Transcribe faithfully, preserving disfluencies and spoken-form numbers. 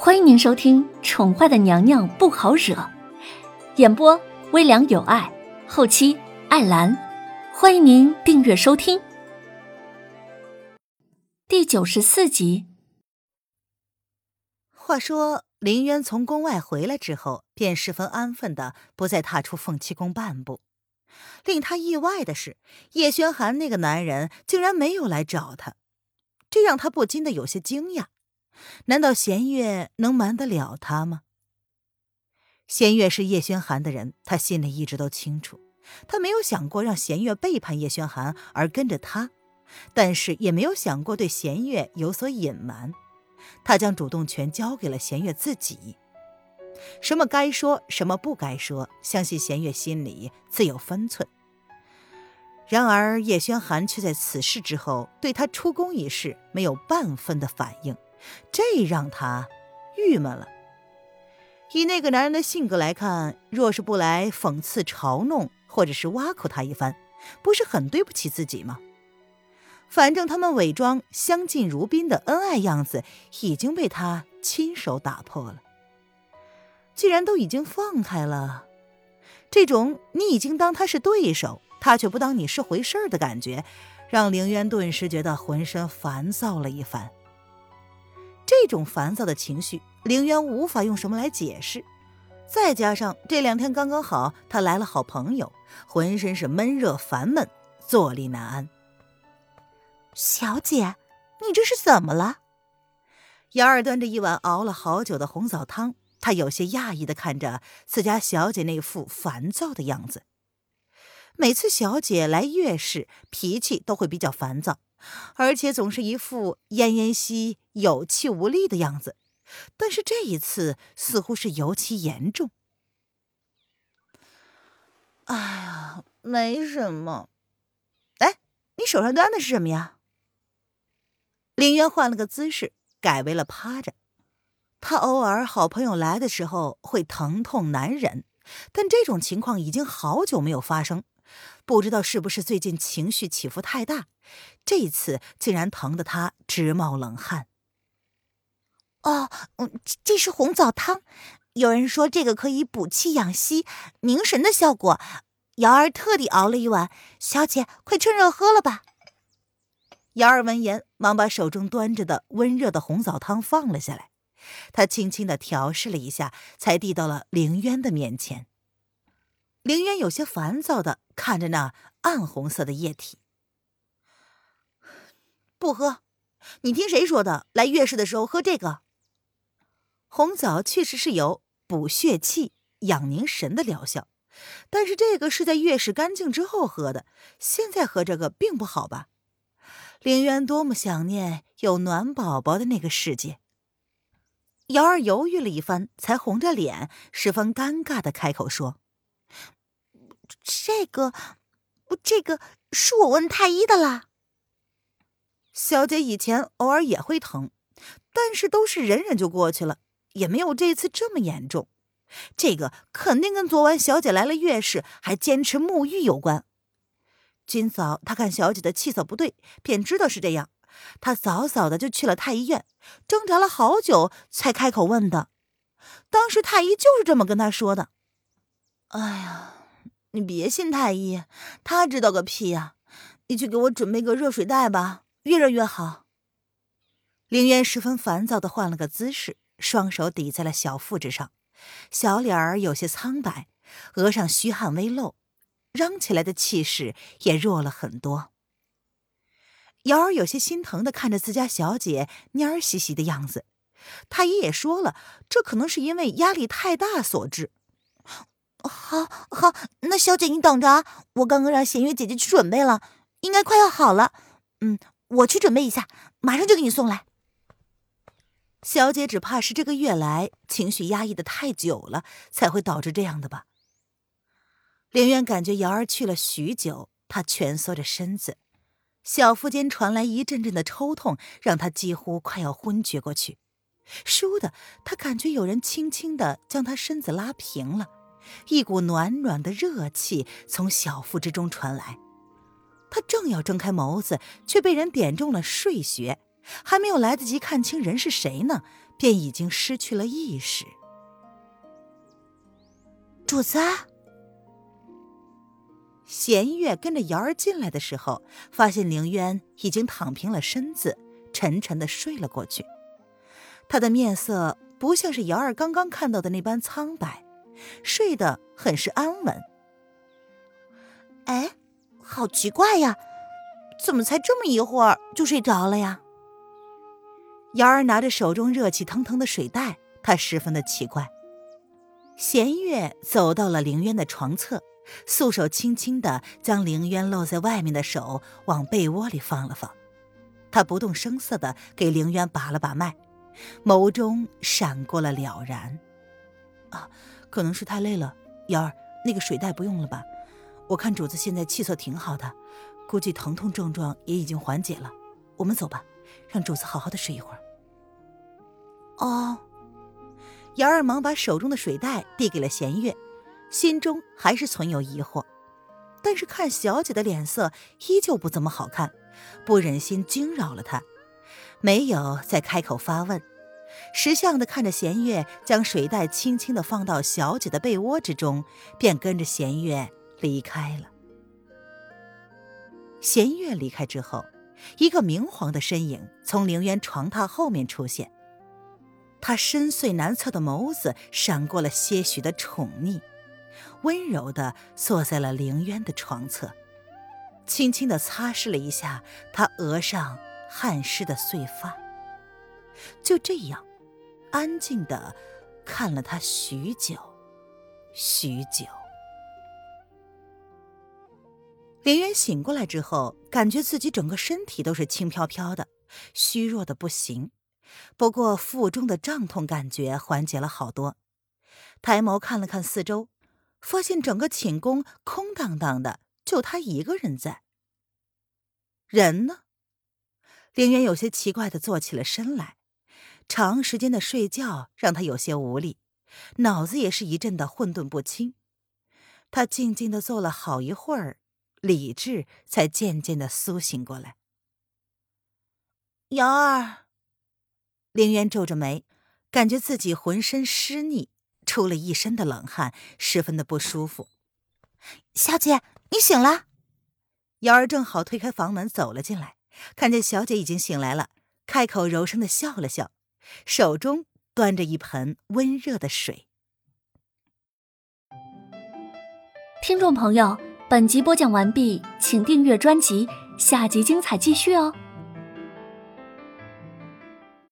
欢迎您收听《宠坏的娘娘不好惹》，演播微凉有爱，后期艾兰。欢迎您订阅收听。第九十四集。 话说林渊从宫外回来之后，便十分安分的不再踏出凤栖宫半步。令他意外的是，叶轩寒那个男人竟然没有来找他，这让他不禁的有些惊讶。难道弦月能瞒得了他吗？弦月是叶轩寒的人，他心里一直都清楚，他没有想过让弦月背叛叶轩寒而跟着他，但是也没有想过对弦月有所隐瞒。他将主动权交给了弦月自己，什么该说什么不该说，相信弦月心里自有分寸。然而叶轩寒却在此事之后对他出宫一事没有半分的反应，这让他郁闷了。以那个男人的性格来看，若是不来讽刺嘲弄或者是挖苦他一番，不是很对不起自己吗？反正他们伪装相敬如宾的恩爱样子已经被他亲手打破了。既然都已经放开了，这种你已经当他是对手，他却不当你是回事的感觉，让凌渊顿时觉得浑身烦躁了一番。这种烦躁的情绪，凌渊无法用什么来解释。再加上这两天刚刚好他来了好朋友，浑身是闷热烦闷，坐立难安。 小姐，你这是怎么了？ 姚儿端着一碗熬了好久的红枣汤，他有些讶异地看着自家小姐那副烦躁的样子。每次小姐来月事，脾气都会比较烦躁，而且总是一副奄奄息有气无力的样子，但是这一次似乎是尤其严重。哎呀，没什么。哎，你手上端的是什么呀？凌渊换了个姿势，改为了趴着。他偶尔好朋友来的时候会疼痛难忍，但这种情况已经好久没有发生。不知道是不是最近情绪起伏太大，这一次竟然疼得他直冒冷汗。 哦，这是红枣汤，有人说这个可以补气养息、凝神的效果，瑶儿特地熬了一碗，小姐快趁热喝了吧。 瑶儿闻言，忙把手中端着的温热的红枣汤放了下来，他轻轻地调试了一下，才递到了凌渊的面前。凌渊有些烦躁地看着那暗红色的液体。不喝，你听谁说的？来月事的时候喝这个。红枣确实是有补血气、养凝神的疗效，但是这个是在月事干净之后喝的，现在喝这个并不好吧？凌渊多么想念有暖宝宝的那个世界。瑶儿犹豫了一番，才红着脸十分尴尬地开口说： 这个这个是我问太医的啦。 小姐以前偶尔也会疼，但是都是忍忍就过去了，也没有这次这么严重。这个肯定跟昨晚小姐来了月事还坚持沐浴有关。今早他看小姐的气色不对，便知道是这样，他早早的就去了太医院，挣扎了好久才开口问的。当时太医就是这么跟他说的。哎呀，你别信太医，他知道个屁呀！你去给我准备个热水袋吧，越热越好。凌渊十分烦躁地换了个姿势，双手抵在了小腹之上，小脸儿有些苍白，额上虚汗微露，嚷起来的气势也弱了很多。瑶儿有些心疼地看着自家小姐蔫儿兮兮的样子，太医也说了，这可能是因为压力太大所致。 好好，那小姐你等着啊，我刚刚让弦月姐姐去准备了，应该快要好了。嗯，我去准备一下，马上就给你送来。 小姐只怕是这个月来情绪压抑的太久了，才会导致这样的吧。凌渊感觉瑶儿去了许久，他蜷缩着身子，小腹间传来一阵阵的抽痛，让他几乎快要昏厥过去。倏地，他感觉有人轻轻地将他身子拉平了，一股暖暖的热气从小腹之中传来。他正要睁开眸子，却被人点中了睡穴， 还没有来得及看清人是谁呢，便已经失去了意识。 主子， 弦月跟着瑶儿进来的时候，发现凌渊已经躺平了身子，沉沉地睡了过去。他的面色不像是瑶儿刚刚看到的那般苍白，睡得很是安稳。 哎，好奇怪呀，怎么才这么一会儿就睡着了呀？ 瑶儿拿着手中热气腾腾的水袋，她十分的奇怪。弦月走到了凌渊的床侧，素手轻轻地将凌渊露在外面的手往被窝里放了放。他不动声色地给凌渊把了把脉，眸中闪过了了然。啊，可能是太累了，瑶儿，那个水袋不用了吧？我看主子现在气色挺好的，估计疼痛症状也已经缓解了。我们走吧，让主子好好的睡一会儿。 哦。 瑶儿忙把手中的水袋递给了弦月，心中还是存有疑惑，但是看小姐的脸色依旧不怎么好看，不忍心惊扰了她，没有再开口发问，识相地看着弦月将水袋轻轻地放到小姐的被窝之中，便跟着弦月离开了。弦月离开之后，一个明黄的身影从凌渊床榻后面出现，他深邃难测的眸子闪过了些许的宠溺，温柔地坐在了凌渊的床侧，轻轻地擦拭了一下他额上汗湿的碎发，就这样安静地看了他许久许久。凌渊醒过来之后，感觉自己整个身体都是轻飘飘的，虚弱的不行，不过腹中的胀痛感觉缓解了好多。抬眸看了看四周，发现整个寝宫空荡荡的，就他一个人在。人呢？凌渊有些奇怪地坐起了身来，长时间的睡觉让他有些无力，脑子也是一阵的混沌不清。他静静地坐了好一会儿，理智才渐渐地苏醒过来。 瑶儿， 凌渊皱着眉，感觉自己浑身湿腻，出了一身的冷汗，十分的不舒服。 小姐，你醒了。 瑶儿正好推开房门走了进来，看见小姐已经醒来了，开口柔声的笑了笑，手中端着一盆温热的水。 听众朋友，本集播讲完毕，请订阅专辑，下集精彩继续哦。